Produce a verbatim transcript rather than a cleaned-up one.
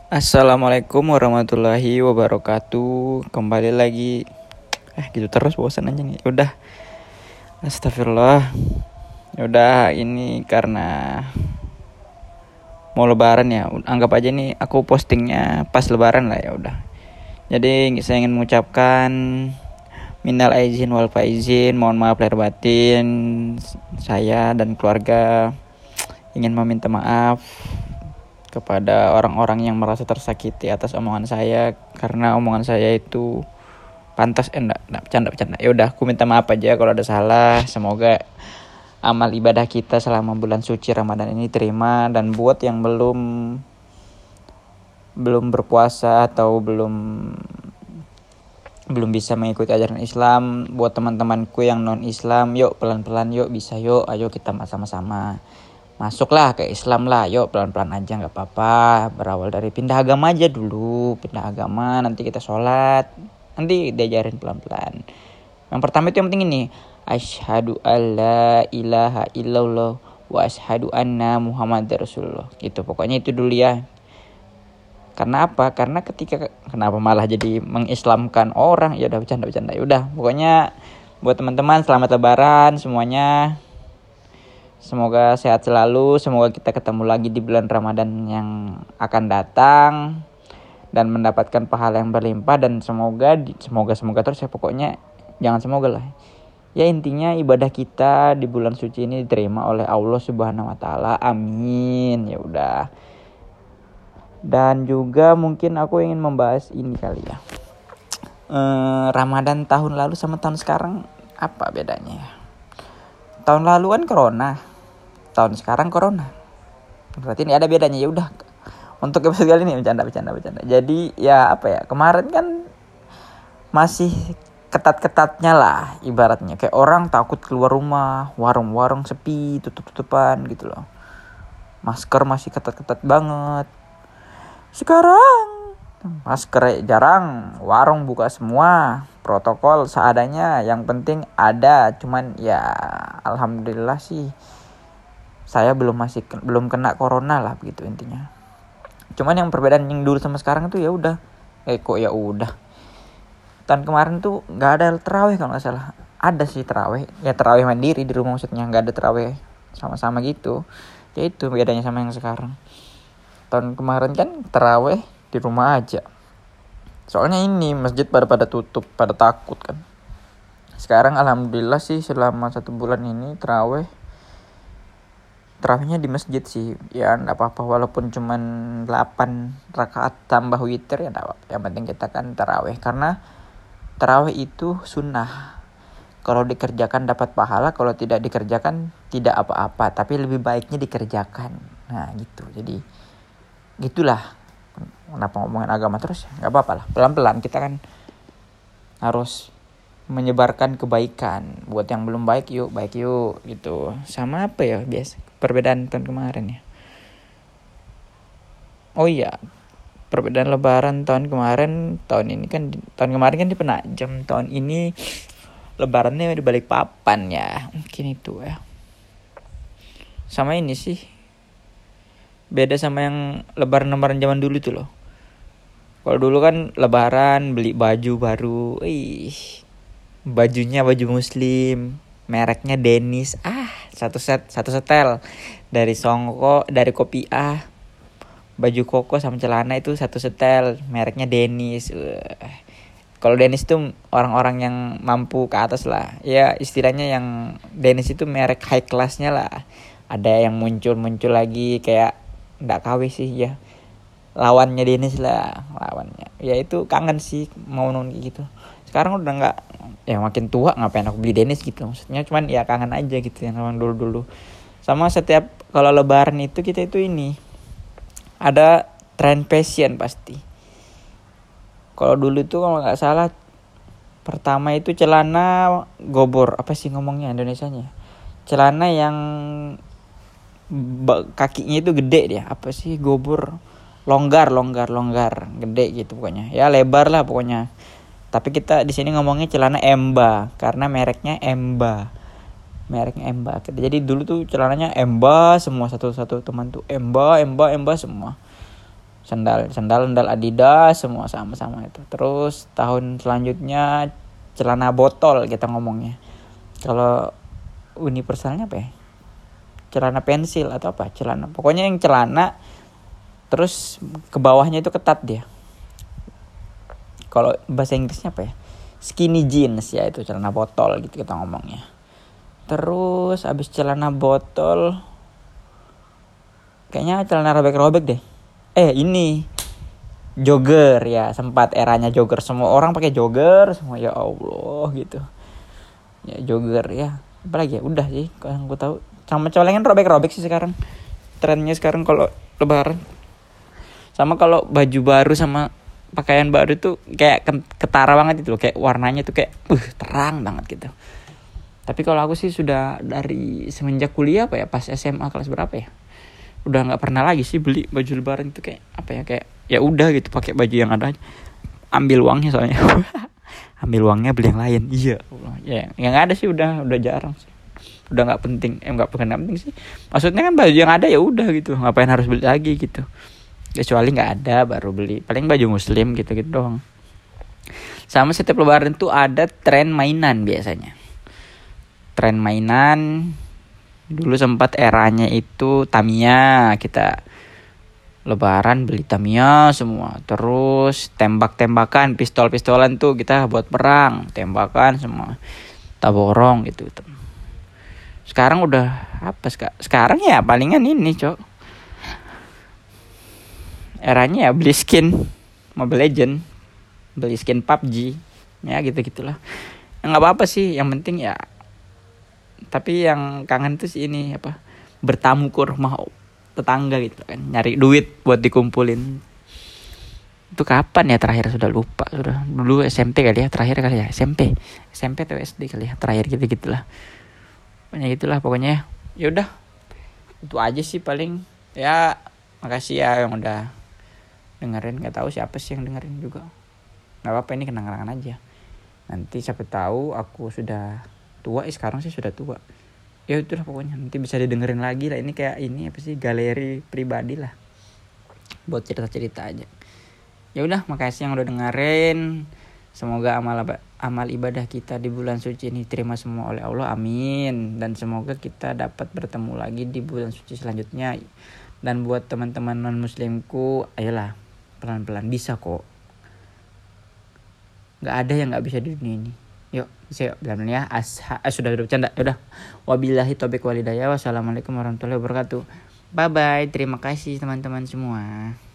Assalamualaikum warahmatullahi wabarakatuh. Kembali lagi. Eh gitu terus bosan aja nih. Udah. Astagfirullah. Ya udah ini karena mau lebaran ya. Anggap aja nih aku postingnya pas lebaran lah ya udah. Jadi saya ingin mengucapkan minal aizin wal faizin, mohon maaf lahir batin. Saya dan keluarga ingin meminta maaf kepada orang-orang yang merasa tersakiti atas omongan saya, karena omongan saya itu pantas eh enggak, enggak bercanda bercanda. Ya udah, aku minta maaf aja kalau ada salah. Semoga amal ibadah kita selama bulan suci Ramadan ini terima, dan buat yang belum belum berpuasa atau belum belum bisa mengikuti ajaran Islam, buat teman-temanku yang non Islam, yuk pelan-pelan yuk, bisa yuk, ayo kita sama-sama masuklah ke Islam lah, yuk pelan-pelan aja nggak apa-apa, berawal dari pindah agama aja dulu, pindah agama nanti kita sholat, nanti diajarin pelan-pelan. Yang pertama itu yang penting ini, asyhadu alla ilaha illallah wa asyhadu anna muhammadar rasulullah, gitu pokoknya itu dulu ya. Karena apa? Karena ketika kenapa malah jadi mengislamkan orang, ya udah bercanda-bercanda, ya udah pokoknya buat teman-teman selamat lebaran semuanya. Semoga sehat selalu, semoga kita ketemu lagi di bulan Ramadan yang akan datang dan mendapatkan pahala yang berlimpah, dan semoga semoga semoga terus ya, pokoknya jangan semoga lah. Ya intinya ibadah kita di bulan suci ini diterima oleh Allah Subhanahu wa taala. Amin. Ya udah. Dan juga mungkin aku ingin membahas ini kali ya. Eh, Ramadan tahun lalu sama tahun sekarang apa bedanya ya? Tahun lalu kan corona, tahun sekarang corona. Berarti ini ada bedanya. Ya udah. Untuk episode kali ini bercanda bercanda bercanda. Jadi ya apa ya? Kemarin kan masih ketat-ketatnya lah ibaratnya. Kayak orang takut keluar rumah, warung-warung sepi, tutup-tutupan gitu loh. Masker masih ketat-ketat banget. Sekarang masker jarang, warung buka semua, protokol seadanya, yang penting ada. Cuman ya alhamdulillah sih saya belum masih belum kena corona lah begitu intinya. Cuman yang perbedaan yang dulu sama sekarang tuh ya udah, eh kok ya udah. Tahun kemarin tuh nggak ada tarawih kalau nggak salah. Ada sih tarawih, ya tarawih mandiri di rumah maksudnya, nggak ada tarawih sama-sama gitu. Ya itu bedanya sama yang sekarang. Tahun kemarin kan tarawih di rumah aja. Soalnya ini masjid pada pada tutup, pada takut kan. Sekarang alhamdulillah sih selama satu bulan ini tarawih Terawihnya di masjid sih. Ya enggak apa-apa walaupun cuman delapan rakaat tambah witir ya enggak apa-apa. Yang penting kita kan tarawih, karena tarawih itu sunnah. Kalau dikerjakan dapat pahala, kalau tidak dikerjakan tidak apa-apa, tapi lebih baiknya dikerjakan. Nah, gitu. Jadi gitulah. Kenapa ngomongin agama terus? Enggak apa-apa lah. Pelan-pelan kita kan harus menyebarkan kebaikan. Buat yang belum baik yuk, baik yuk gitu. Sama apa ya biasa perbedaan tahun kemarin ya. Oh iya, perbedaan lebaran tahun kemarin, tahun ini kan tahun kemarin kan di Penajam, tahun ini lebarannya di Balikpapan ya. Mungkin itu ya. Sama ini sih. Beda sama yang lebaran-lebaran zaman dulu tuh loh. Kalau dulu kan lebaran beli baju baru. Ih. Bajunya baju muslim, mereknya Dennis. Ah, satu set, satu setel. Dari Songko, dari Kopiah. Baju koko sama celana itu satu setel, mereknya Dennis. Uh. Kalau Dennis itu orang-orang yang mampu ke atas lah. Ya, istilahnya yang Dennis itu merek high class-nya lah. Ada yang muncul-muncul lagi kayak enggak K W sih ya. Lawannya Dennis lah, lawannya. Ya itu kangen sih mau nonton gitu. Sekarang udah enggak, ya makin tua ngapain aku beli Dennis gitu maksudnya, cuman ya kangen aja gitu yang sama dulu-dulu. Sama setiap kalau lebaran itu kita itu ini ada tren fashion pasti. Kalau dulu itu kalau nggak salah pertama itu celana gobor, apa sih ngomongnya Indonesianya, celana yang kakinya itu gede dia, apa sih gobor, longgar longgar longgar gede gitu pokoknya, ya lebar lah pokoknya. Tapi kita di sini ngomongnya celana Emba karena mereknya Emba. Mereknya Emba. Jadi dulu tuh celananya Emba semua, satu-satu teman tuh Emba, Emba, Emba semua. Sandal, sandal, sandal Adidas semua sama-sama itu. Terus tahun selanjutnya celana botol kita ngomongnya. Kalau universalnya apa ya? Celana pensil atau apa? Celana. Pokoknya yang celana terus ke bawahnya itu ketat dia. Kalau bahasa Inggrisnya apa ya? Skinny jeans ya, itu celana botol gitu kita ngomongnya. Terus abis celana botol kayaknya celana robek-robek deh. Eh ini jogger ya, sempat eranya jogger, semua orang pakai jogger semua, ya Allah gitu ya, jogger ya. Apalagi ya, udah sih yang gue tahu. Sama colengan robek-robek sih sekarang trennya sekarang kalau lebaran. Sama kalau baju baru sama pakaian baru tuh kayak ketara banget itu loh, kayak warnanya tuh kayak uh terang banget gitu. Tapi kalau aku sih sudah dari semenjak kuliah apa ya, pas S M A kelas berapa ya, udah nggak pernah lagi sih beli baju lebaran itu. Kayak apa ya, kayak ya udah gitu pakai baju yang ada, ambil uangnya soalnya ambil uangnya beli yang lain. Iya ya, yang ada sih udah udah jarang sih, udah nggak penting. Eh nggak bukan nggak penting sih, maksudnya kan baju yang ada ya udah gitu, ngapain harus beli lagi gitu, kecuali nggak ada baru beli, paling baju muslim gitu gitu doang. Sama setiap lebaran tuh ada tren mainan biasanya, tren mainan. Dulu sempat eranya itu Tamiya, kita lebaran beli Tamiya semua. Terus tembak-tembakan, pistol-pistolan tuh kita buat perang, tembakan semua, taborong gitu. Sekarang udah apa sek- sekarang ya palingan ini cok, eranya ya beli skin Mobile Legend, beli skin P U B G ya gitu-gitulah. Nggak apa-apa sih, yang penting ya. Tapi yang kangen tuh sih ini apa, bertamu ke rumah tetangga gitu kan, nyari duit buat dikumpulin. Itu kapan ya terakhir, sudah lupa. Sudah dulu S M P kali ya terakhir kali ya, S M P S M P atau S D kali ya terakhir gitu gitulah. Pokoknya gitulah pokoknya. Ya udah itu aja sih paling ya. Makasih ya yang udah dengerin. Nggak tahu siapa sih yang dengerin juga, nggak apa-apa, ini kenang-kenangan aja. Nanti siapa tahu aku sudah tua, eh sekarang sih sudah tua. Ya itulah pokoknya, nanti bisa didengerin lagi lah. Ini kayak ini apa sih, galeri pribadi lah, buat cerita-cerita aja. Ya udah, makasih yang udah dengerin. Semoga amal amal ibadah kita di bulan suci ini diterima semua oleh Allah, amin. Dan semoga kita dapat bertemu lagi di bulan suci selanjutnya. Dan buat teman-teman non muslimku, ayolah pelan-pelan, bisa kok. Gak ada yang gak bisa di dunia ini. Yuk, bisa yuk, bilang ya. Asha, eh, sudah bercanda. Ya udah. Wabillahi taufiq walhidayah. Wassalamualaikum warahmatullahi wabarakatuh. Bye bye. Terima kasih teman-teman semua.